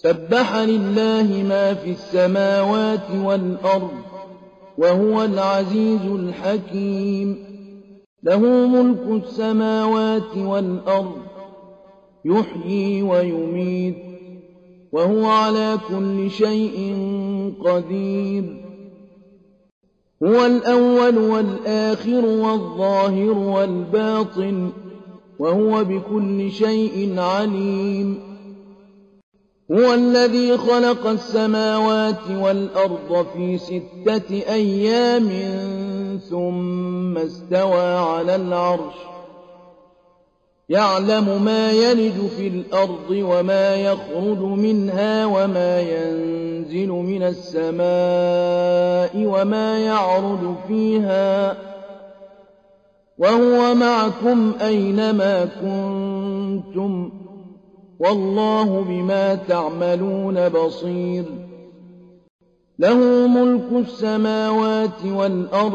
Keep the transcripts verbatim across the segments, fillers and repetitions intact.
سبح لله ما في السماوات والأرض وهو العزيز الحكيم له ملك السماوات والأرض يحيي ويميت وهو على كل شيء قدير هو الأول والآخر والظاهر والباطن وهو بكل شيء عليم هو الذي خلق السماوات والأرض في ستة أيام ثم استوى على العرش يعلم ما يلج في الأرض وما يخرج منها وما ينزل من السماء وما يعرج فيها وهو معكم أينما كنتم والله بما تعملون بصير له ملك السماوات والأرض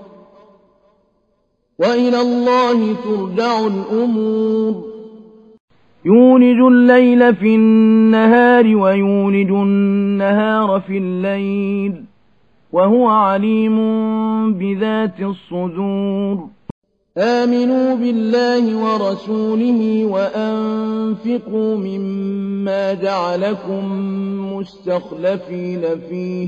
وإلى الله ترجع الأمور يولج الليل في النهار ويولج النهار في الليل وهو عليم بذات الصدور آمنوا بالله ورسوله وأنفقوا مما جعلكم مستخلفين فيه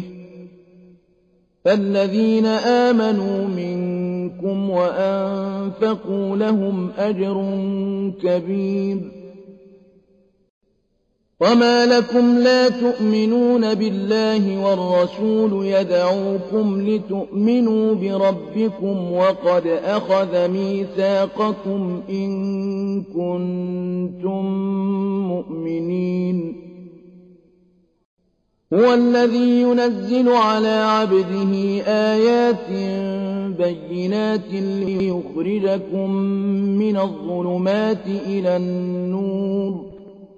فالذين آمنوا منكم وأنفقوا لهم أجر كبير وما لكم لا تؤمنون بالله والرسول يدعوكم لتؤمنوا بربكم وقد أخذ ميثاقكم إن كنتم مؤمنين هو الذي ينزل على عبده آيات بينات ليخرجكم من الظلمات إلى النور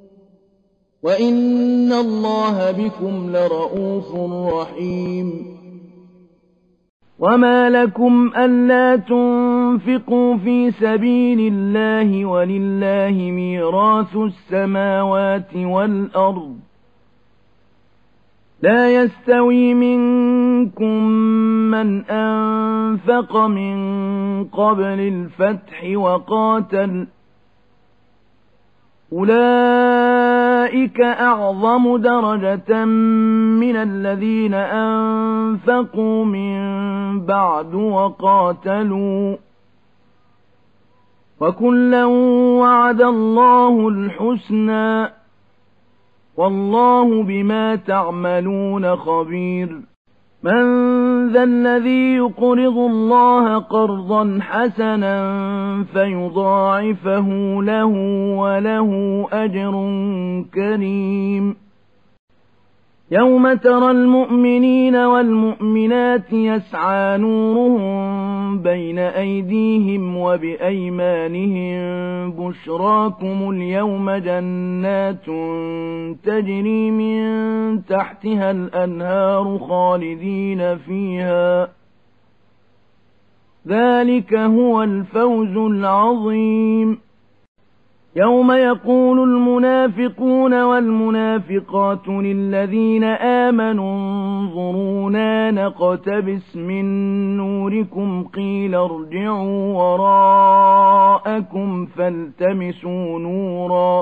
وإن الله بكم لرءوف رحيم وما لكم ألا تنفقوا في سبيل الله ولله ميراث السماوات والأرض لا يستوي منكم من أنفق من قبل الفتح وقاتل أولئك أعظم درجة من الذين أنفقوا من بعد وقاتلوا وكلا وعد الله الحسنى والله بما تعملون خبير من ذا الذي يقرض الله قرضا حسنا فيضاعفه له وله أجر كريم يوم ترى المؤمنين والمؤمنات يسعى نورهم بين أيديهم وبأيمانهم بشراكم اليوم جنات تجري من تحتها الأنهار خالدين فيها ذلك هو الفوز العظيم يوم يقول المنافقون والمنافقات للذين آمنوا انظرونا نقتبس من نوركم قيل ارجعوا وراءكم فالتمسوا نورا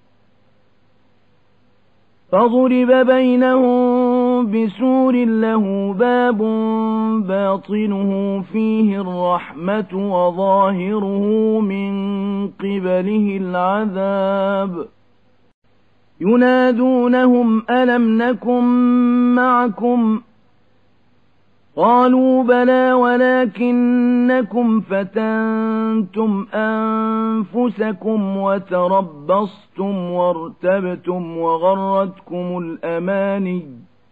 فضرب بينهم بسور له باب باطنه فيه الرحمة وظاهره من قبله العذاب ينادونهم ألم نكن معكم قالوا بلى ولكنكم فتنتم أنفسكم وتربصتم وارتبتم وغرتكم الأماني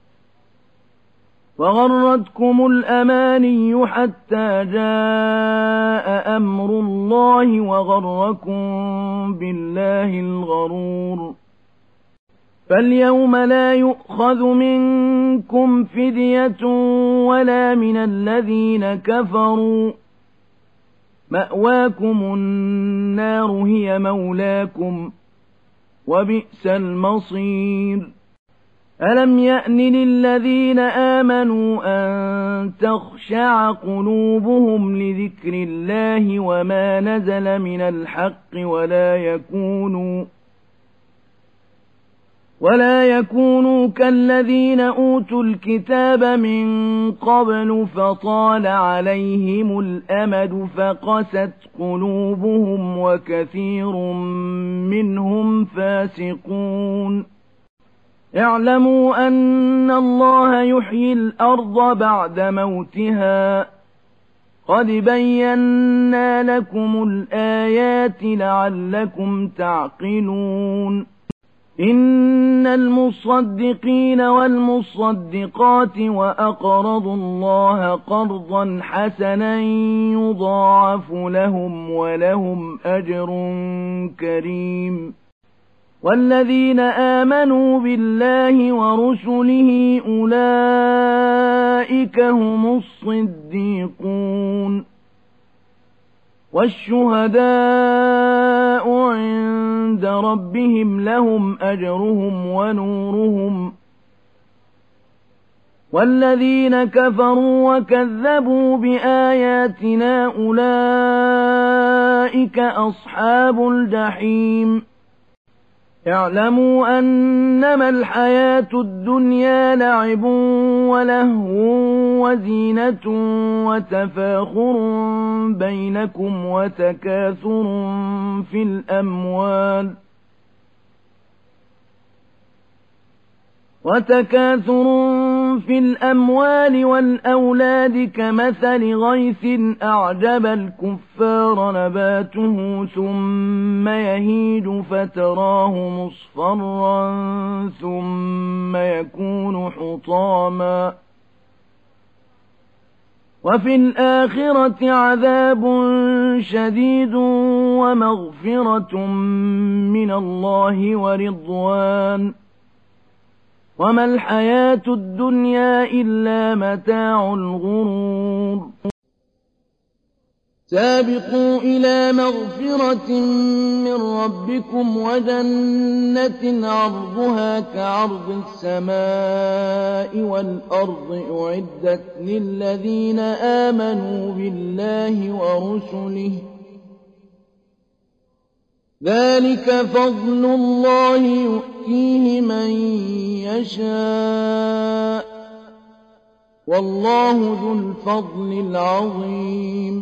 وغرتكم الأماني حتى جاء أمر الله وغركم بالله الغرور فاليوم لا يؤخذ منكم فدية ولا من الذين كفروا مأواكم النار هي مولاكم وبئس المصير ألم يأن للذين آمنوا أن تخشع قلوبهم لذكر الله وما نزل من الحق ولا يكونوا ولا يكونوا كالذين أوتوا الكتاب من قبل فطال عليهم الأمد فقست قلوبهم وكثير منهم فاسقون اعلموا أن الله يحيي الأرض بعد موتها قد بينا لكم الآيات لعلكم تعقلون إن المصدقين والمصدقات وأقرضوا الله قرضا حسنا يضاعف لهم ولهم أجر كريم والذين آمنوا بالله ورسله أولئك هم الصديقون والشهداء عند ربهم لهم أجرهم ونورهم والذين كفروا وكذبوا بآياتنا أولئك أصحاب الجحيم اعلموا أنما الحياة الدنيا لعب ولهو وزينة وتفاخر بينكم وتكاثر في الأموال وتكاثر في الأموال والأولاد كمثل غيث أعجب الكفار نباته ثم يهيج فتراه مصفرا ثم يكون حطاما وفي الآخرة عذاب شديد ومغفرة من الله ورضوان وما الحياة الدنيا إلا متاع الغرور سابقوا إلى مغفرة من ربكم وجنة عرضها كعرض السماء والأرض أعدت للذين آمنوا بالله ورسله ذلك فضل الله يؤتيه من يشاء والله ذو الفضل العظيم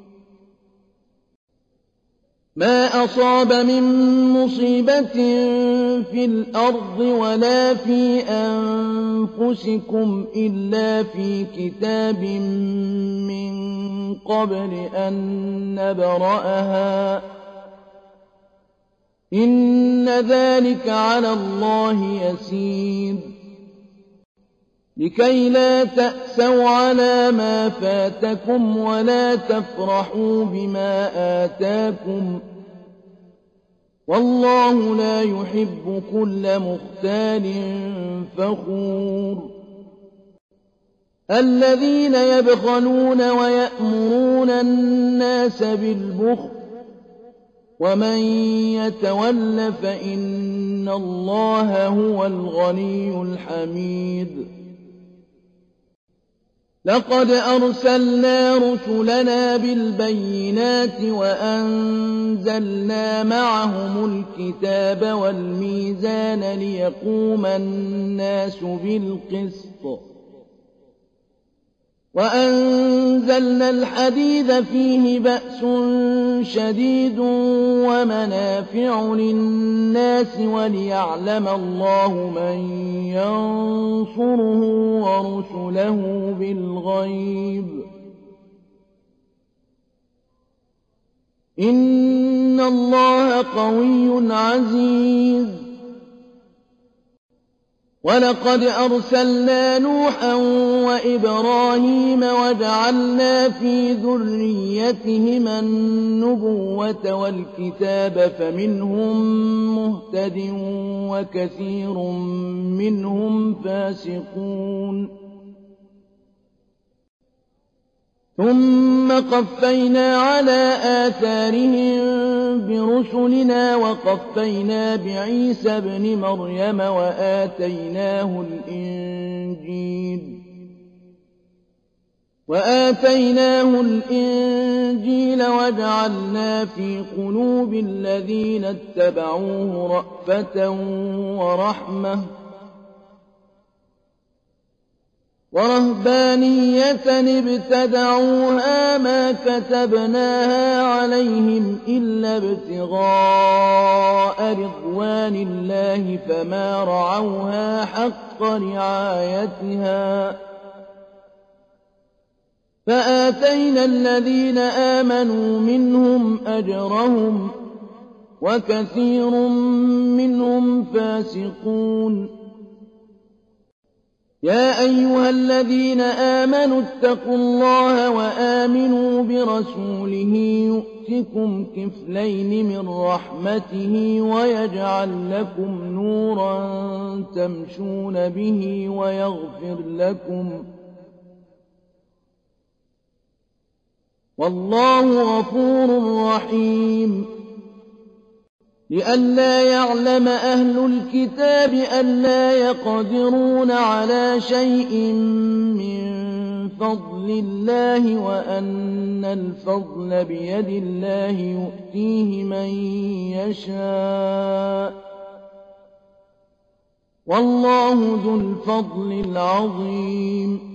ما أصاب من مصيبة في الأرض ولا في أنفسكم إلا في كتاب من قبل أن نبرأها إن ذلك على الله يسير لكي لا تأسوا على ما فاتكم ولا تفرحوا بما آتاكم والله لا يحب كل مختال فخور الذين يبخلون ويأمرون الناس بالبخل ومن يتول فإن الله هو الغني الحميد لقد أرسلنا رسلنا بالبينات وأنزلنا معهم الكتاب والميزان ليقوم الناس بالقسط وأنزلنا الحديد فيه بأس شديد ومنافع للناس وليعلم الله من ينصره ورسله بالغيب إن الله قوي عزيز ولقد أرسلنا نوحا وإبراهيم وجعلنا في ذريتهما النبوة والكتاب فمنهم مهتد وكثير منهم فاسقون ثم قفينا على آثارهم برسلنا وقفينا بعيسى ابن مريم وآتيناه الإنجيل وآتيناه الإنجيل وجعلنا في قلوب الذين اتبعوه رأفة ورحمة ورهبانية ابتدعوها ما كتبناها عليهم إلا ابتغاء رضوان الله فما رعوها حق رعايتها فآتينا الذين آمنوا منهم أجرهم وكثير منهم فاسقون يا أيها الذين آمنوا اتقوا الله وآمنوا برسوله يؤتكم كفلين من رحمته ويجعل لكم نورا تمشون به ويغفر لكم والله غفور رحيم لئلا يعلم أهل الكتاب ألا يقدرون على شيء من فضل الله وأن الفضل بيد الله يؤتيه من يشاء والله ذو الفضل العظيم